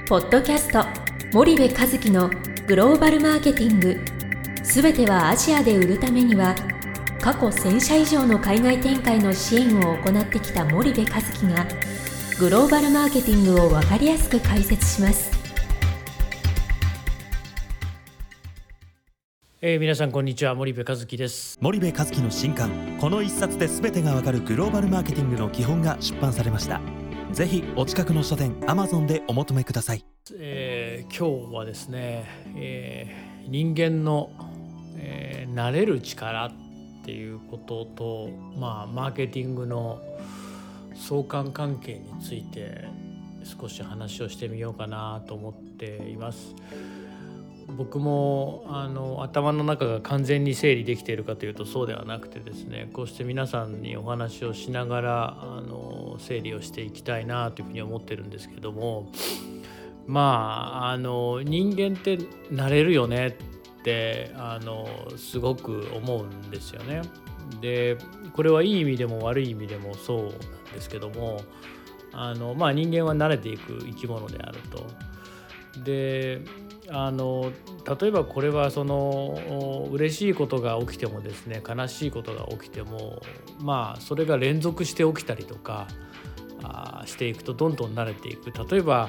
ポッドキャスト森部一樹のグローバルマーケティング、すべてはアジアで売るためには、過去1000社以上の海外展開の支援を行ってきた森部一樹がグローバルマーケティングを分かりやすく解説します。 皆さんこんにちは、森部一樹です。 森部一樹の新刊、この一冊で全てがわかるグローバルマーケティングの基本が出版されました。ぜひお近くの書店 Amazon でお求めください。 今日はですね、人間の、慣れる力っていうことと、マーケティングの相関関係について少し話をしてみようかなと思っています。僕も頭の中が完全に整理できているかというとそうではなくてですね、こうして皆さんにお話をしながら整理をしていきたいなというふうに思ってるんですけども、人間って慣れるよねってすごく思うんですよね。でこれはいい意味でも悪い意味でもそうなんですけども、人間は慣れていく生き物であると。で例えばこれは嬉しいことが起きてもですね、悲しいことが起きてもそれが連続して起きたりとかしていくとどんどん慣れていく。例えば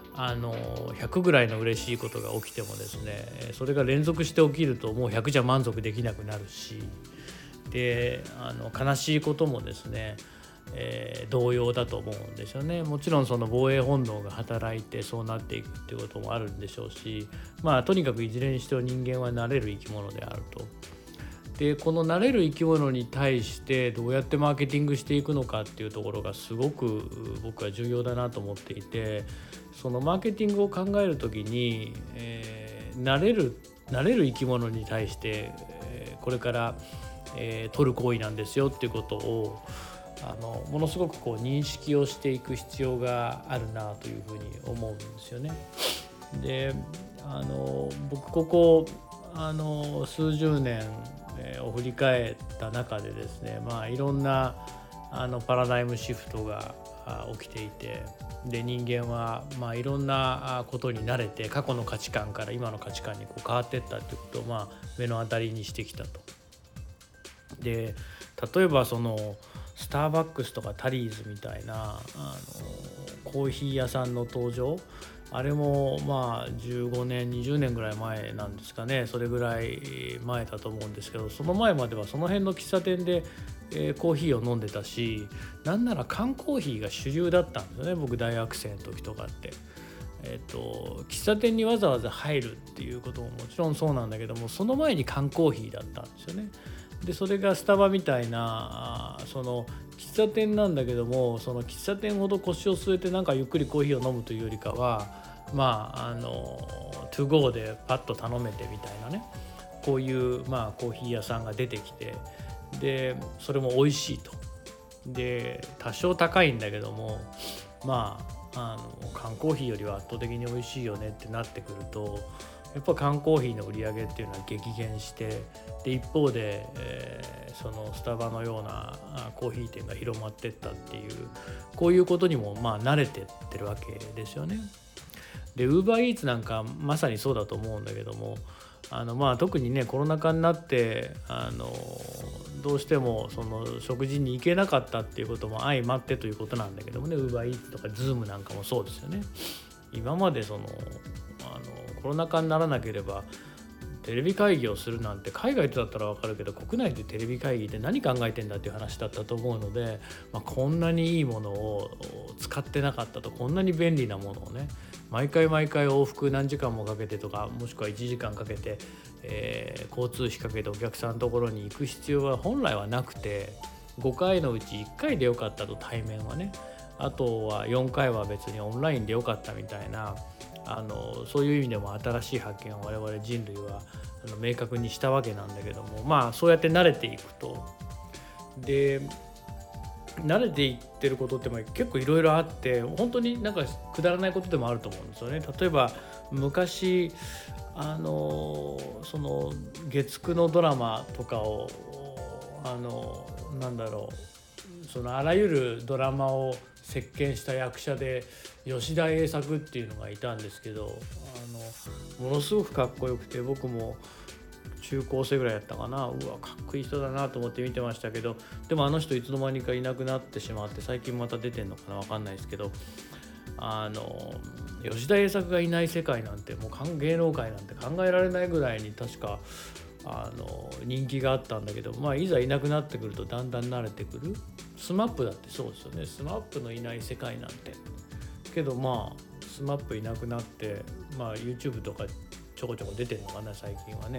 100ぐらいの嬉しいことが起きてもですね、それが連続して起きるともう100じゃ満足できなくなるし、で悲しいこともですね、同様だと思うんですよね。もちろんその防衛本能が働いてそうなっていくっていうこともあるんでしょうし、とにかくいずれにしても人間は慣れる生き物であると。でこの慣れる生き物に対してどうやってマーケティングしていくのかっていうところがすごく僕は重要だなと思っていて、そのマーケティングを考えるときに、慣れる生き物に対して、これから、取る行為なんですよっていうことをものすごく認識をしていく必要があるなというふうに思うんですよね。で僕ここ数十年、を振り返った中でですね、いろんなパラダイムシフトが起きていて、で人間はいろんなことに慣れて過去の価値観から今の価値観に変わっていったということを目の当たりにしてきたと。で例えばスターバックスとかタリーズみたいなコーヒー屋さんの登場、あれも15年20年ぐらい前なんですかね。それぐらい前だと思うんですけど、その前まではその辺の喫茶店で、コーヒーを飲んでたし、なんなら缶コーヒーが主流だったんですよね。僕大学生の時とかって、喫茶店にわざわざ入るっていうことももちろんそうなんだけども、その前に缶コーヒーだったんですよね。でそれがスタバみたいな喫茶店なんだけども、その喫茶店ほど腰を据えてゆっくりコーヒーを飲むというよりかはトゥゴーでパッと頼めてみたいなね、こういうコーヒー屋さんが出てきて、でそれも美味しいと。で多少高いんだけども缶コーヒーよりは圧倒的に美味しいよねってなってくると、やっぱ缶コーヒーの売り上げっていうのは激減して、で一方で、そのスタバのようなコーヒー店が広まっていったっていう、こういうことにも慣れてってるわけですよね。でウーバーイーツなんかまさにそうだと思うんだけども、特にねコロナ禍になってどうしてもその食事に行けなかったっていうことも相まってということなんだけどもね、ウーバーイーツとかズームなんかもそうですよね。今までコロナ禍にならなければテレビ会議をするなんて、海外だったら分かるけど国内でテレビ会議で何考えてんだっていう話だったと思うので、こんなにいいものを使ってなかったと、こんなに便利なものをね毎回往復何時間もかけてとか、もしくは1時間かけて、交通費かけてお客さんのところに行く必要は本来はなくて、5回のうち1回でよかったと、対面はね。あとは4回は別にオンラインでよかったみたいな、そういう意味でも新しい発見を我々人類は明確にしたわけなんだけども、そうやって慣れていくと、で慣れていってることって結構いろいろあって、本当にくだらないことでもあると思うんですよね。例えば昔その月9のドラマとかをあらゆるドラマを席巻した役者で吉田栄作っていうのがいたんですけど、ものすごくかっこよくて、僕も中高生ぐらいやったかな、うわかっこいい人だなと思って見てましたけど、でもあの人いつの間にかいなくなってしまって、最近また出てんのかな、分かんないですけど、吉田栄作がいない世界なんて、もう芸能界なんて考えられないぐらいに確か人気があったんだけど、いざいなくなってくるとだんだん慣れてくる。SMAP だってそうですよね。SMAP のいない世界なんて。けどSMAP いなくなって、YouTube とかちょこちょこ出てるのかな、最近はね。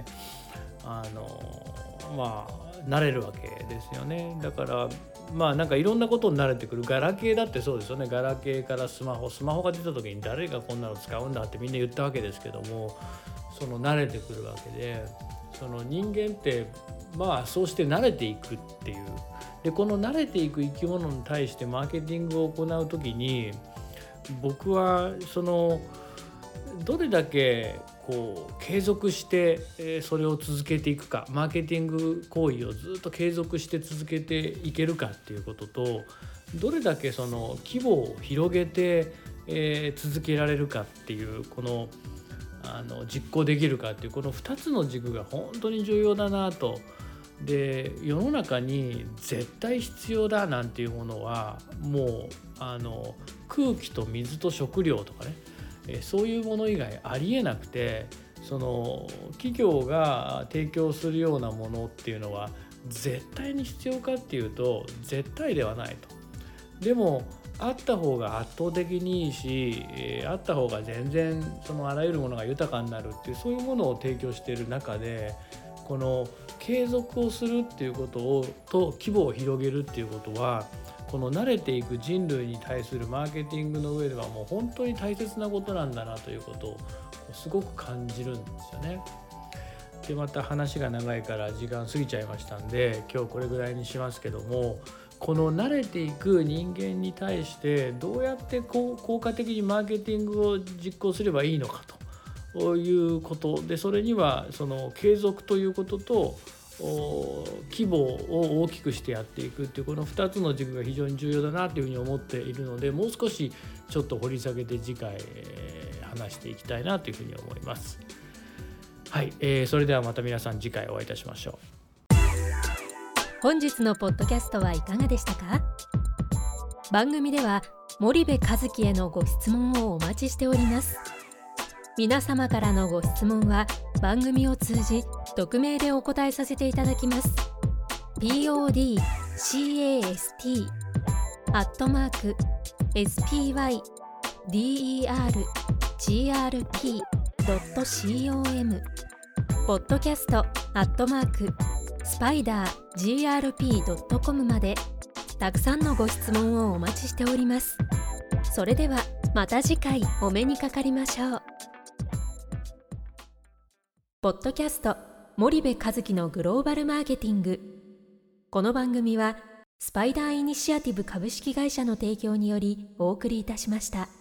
慣れるわけですよね。だからなんかいろんなことに慣れてくる。ガラケーだってそうですよね。ガラケーからスマホが出た時に誰がこんなの使うんだってみんな言ったわけですけども、その慣れてくるわけで、その人間ってそうして慣れていくっていう。でこの慣れていく生き物に対してマーケティングを行う時に、僕はどれだけ継続してそれを続けていくか、マーケティング行為をずっと継続して続けていけるかっていうことと、どれだけその規模を広げて続けられるかっていう、この実行できるかっていう、この2つの軸が本当に重要だなと。で世の中に絶対必要だなんていうものはもう空気と水と食料とかね、そういうもの以外ありえなくて、その企業が提供するようなものっていうのは絶対に必要かっていうと絶対ではないと。でもあった方が圧倒的にいいし、あった方が全然あらゆるものが豊かになるっていう、そういうものを提供している中で、この継続をするっていうことと規模を広げるっていうことは、この慣れていく人類に対するマーケティングの上ではもう本当に大切なことなんだなということをすごく感じるんですよね。でまた話が長いから時間過ぎちゃいましたんで、今日これぐらいにしますけども、この慣れていく人間に対してどうやって効果的にマーケティングを実行すればいいのかということで、それにはその継続ということと規模を大きくしてやっていくっていう、この2つの軸が非常に重要だなというふうに思っているので、もう少しちょっと掘り下げて次回話していきたいなというふうに思います。はい、それではまた皆さん次回お会いいたしましょう。 本日のポッドキャストはいかがでしたか？番組では森部一樹へのご質問をお待ちしております。皆様からのご質問は番組を通じ匿名でお答えさせていただきます。podcast@spydergrp.com podcast@spidergrp.com までたくさんのご質問をお待ちしております。それではまた次回お目にかかりましょう。ポッドキャスト森部一樹のグローバルマーケティング。この番組はスパイダーイニシアティブ株式会社の提供によりお送りいたしました。